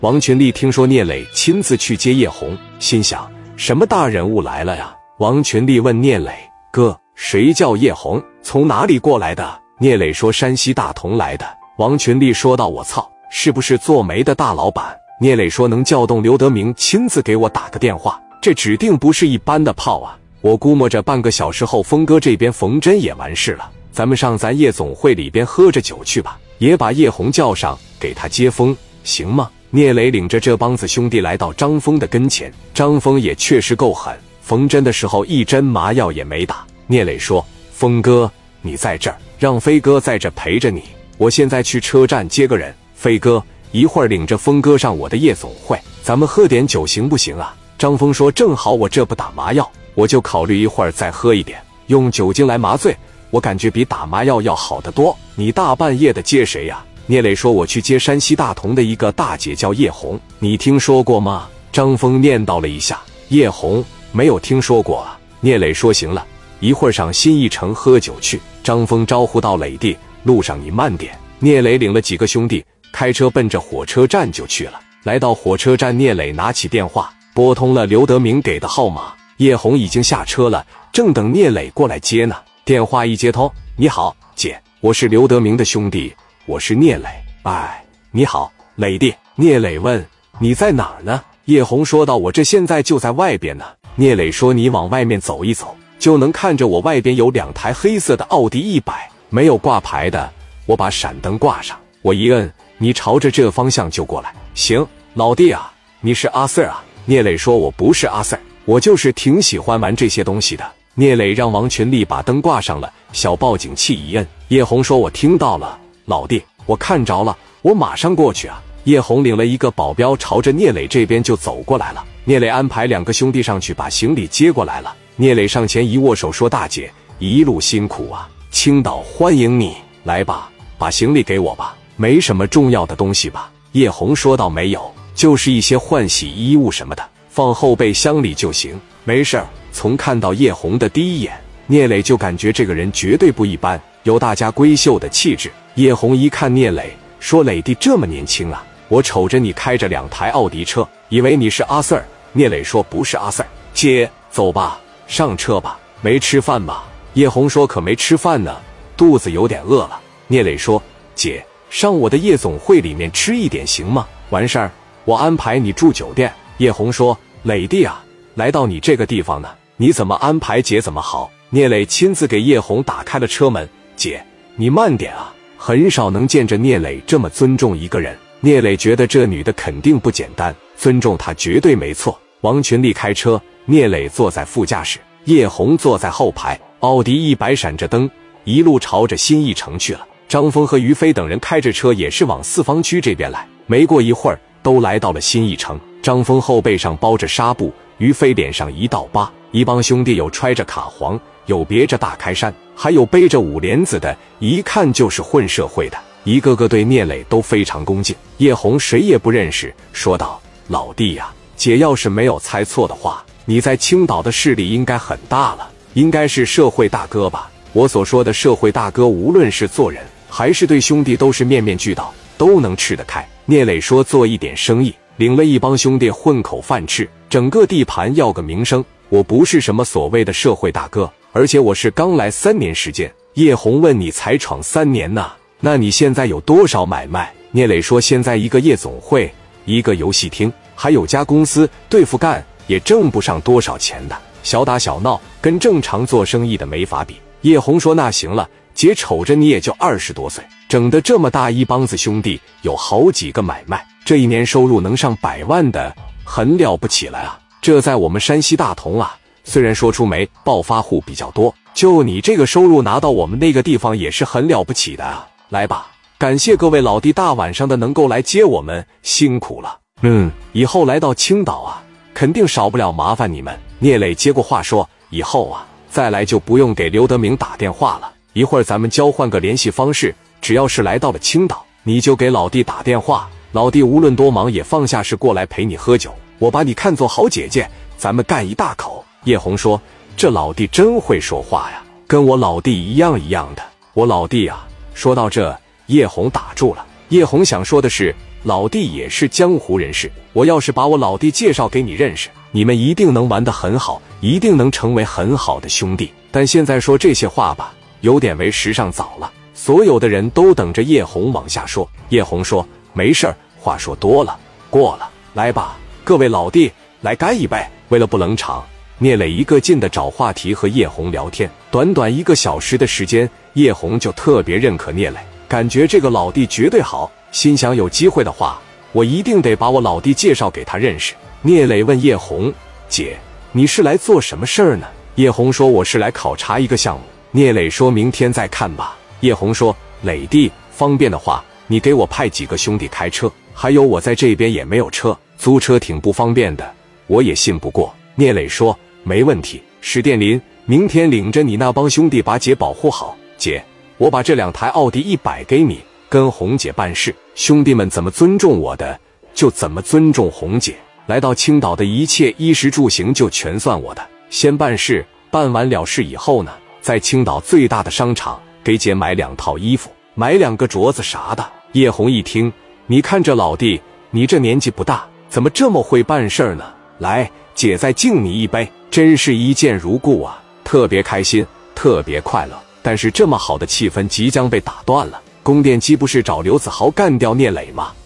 王群力听说聂磊亲自去接叶红，心想什么大人物来了呀？王群力问聂磊：“哥，谁叫叶红？从哪里过来的？”聂磊说：“山西大同来的。”王群力说道：“我操，是不是做煤的大老板？”聂磊说：“能叫动刘德明亲自给我打个电话，这指定不是一般的炮啊！我估摸着半个小时后，峰哥这边冯真也完事了，咱们上咱夜总会里边喝着酒去吧，也把叶红叫上，给他接风，行吗？”聂磊领着这帮子兄弟来到张峰的跟前，张峰也确实够狠，缝针的时候一针麻药也没打。聂磊说：“峰哥，你在这儿，让飞哥在这陪着你，我现在去车站接个人。飞哥，一会儿领着峰哥上我的夜总会，咱们喝点酒行不行啊？”张峰说：“正好我这不打麻药，我就考虑一会儿再喝一点，用酒精来麻醉，我感觉比打麻药要好得多。你大半夜的接谁呀？”聂磊说：“我去接山西大同的一个大姐，叫叶红，你听说过吗？”张峰念叨了一下：“叶红，没有听说过啊。”聂磊说：“行了，一会儿上新一城喝酒去。”张峰招呼道：“磊弟，路上你慢点。”聂磊领了几个兄弟开车奔着火车站就去了。来到火车站，聂磊拿起电话拨通了刘德明给的号码，叶红已经下车了，正等聂磊过来接呢。电话一接通：“你好，姐，我是刘德明的兄弟，我是聂磊。”“哎，你好，磊弟。”聂磊问：“你在哪儿呢？”叶红说道：“我这现在就在外边呢。”聂磊说：“你往外面走一走，就能看着我外边有2台黑色的奥迪100，没有挂牌的，我把闪灯挂上，我一摁，你朝着这个方向就过来。”“行，老弟啊，你是阿 Sir 啊？”聂磊说：“我不是阿 Sir， 我就是挺喜欢玩这些东西的。”聂磊让王群力把灯挂上了，小报警器一摁。叶红说：“我听到了，老弟，我看着了，我马上过去啊。”叶红领了一个保镖朝着聂磊这边就走过来了。聂磊安排2个兄弟上去把行李接过来了。聂磊上前一握手说：“大姐，一路辛苦啊，青岛欢迎你，来吧，把行李给我吧，没什么重要的东西吧？”叶红说道：“没有，就是一些换洗衣物什么的，放后备箱里就行，没事儿。”从看到叶红的第一眼，聂磊就感觉这个人绝对不一般，有大家闺秀的气质。叶红一看聂磊，说：“磊弟这么年轻啊，我瞅着你开着2台奥迪车，以为你是阿 Sir。”聂磊说：“不是阿 Sir。”“姐，走吧，上车吧。”“没吃饭吧？”叶红说：“可没吃饭呢，肚子有点饿了。”聂磊说：“姐，上我的夜总会里面吃一点行吗？完事儿我安排你住酒店。”叶红说：“磊弟啊，来到你这个地方呢，你怎么安排姐怎么好。”聂磊亲自给叶红打开了车门：“姐，你慢点啊。”很少能见着聂磊这么尊重一个人。聂磊觉得这女的肯定不简单，尊重她绝对没错。王群力开车，聂磊坐在副驾驶，叶红坐在后排。奥迪100闪着灯，一路朝着新一城去了。张峰和于飞等人开着车也是往四方区这边来。没过一会儿，都来到了新一城。张峰后背上包着纱布，于飞脸上一道疤。一帮兄弟有揣着卡簧，有别着大开衫，还有背着5帘子的，一看就是混社会的，一个个对聂磊都非常恭敬。叶红谁也不认识，说道：“老弟呀，姐要是没有猜错的话，你在青岛的势力应该很大了，应该是社会大哥吧？我所说的社会大哥，无论是做人还是对兄弟，都是面面俱到，都能吃得开。”聂磊说：“做一点生意，领了一帮兄弟混口饭吃，整个地盘要个名声。我不是什么所谓的社会大哥，而且我是刚来3年时间。”叶红问：“你才闯3年呐？那你现在有多少买卖？”聂磊说：“现在一个夜总会，一个游戏厅，还有家公司，对付干也挣不上多少钱的，小打小闹，跟正常做生意的没法比。”叶红说：“那行了，姐瞅着你也就20多岁，整得这么大一帮子兄弟，有好几个买卖，这一年收入能上100万的，很了不起了啊！这在我们山西大同啊，虽然说出煤暴发户比较多，就你这个收入拿到我们那个地方也是很了不起的啊！来吧，感谢各位老弟大晚上的能够来接我们，辛苦了。以后来到青岛啊，肯定少不了麻烦你们。”聂磊接过话说：“以后啊，再来就不用给刘德明打电话了，一会儿咱们交换个联系方式，只要是来到了青岛，你就给老弟打电话，老弟无论多忙也放下事过来陪你喝酒，我把你看作好姐姐，咱们干一大口。”叶红说：“这老弟真会说话呀，跟我老弟一样的。我老弟啊。”说到这，叶红打住了。叶红想说的是：“ 老弟也是江湖人士，我要是把我老弟介绍给你认识，你们一定能玩得很好，一定能成为很好的兄弟。但现在说这些话吧，有点为时尚早了。所有的人都等着叶红往下说。叶红说：“没事儿，话说多了，过了，来吧，各位老弟，来干一杯。”为了不冷场，聂磊一个劲的找话题和叶红聊天。短短1个小时的时间，叶红就特别认可聂磊，感觉这个老弟绝对好，心想有机会的话，我一定得把我老弟介绍给他认识。聂磊问叶红：“姐，你是来做什么事儿呢？”叶红说：“我是来考察一个项目。”聂磊说：“明天再看吧。”叶红说：“磊弟，方便的话，你给我派几个兄弟开车，还有我在这边也没有车，租车挺不方便的，我也信不过。”聂磊说：“没问题，史殿林，明天领着你那帮兄弟把姐保护好。姐，我把这2台奥迪100给你，跟红姐办事。兄弟们怎么尊重我的，就怎么尊重红姐。来到青岛的一切衣食住行就全算我的。先办事，办完了事以后呢，在青岛最大的商场给姐买2套衣服，买2个镯子啥的。”叶红一听，你看这老弟，你这年纪不大，怎么这么会办事儿呢？来，姐再敬你一杯，真是一见如故啊，特别开心，特别快乐。但是这么好的气氛即将被打断了。宫殿机不是找刘子豪干掉聂磊吗？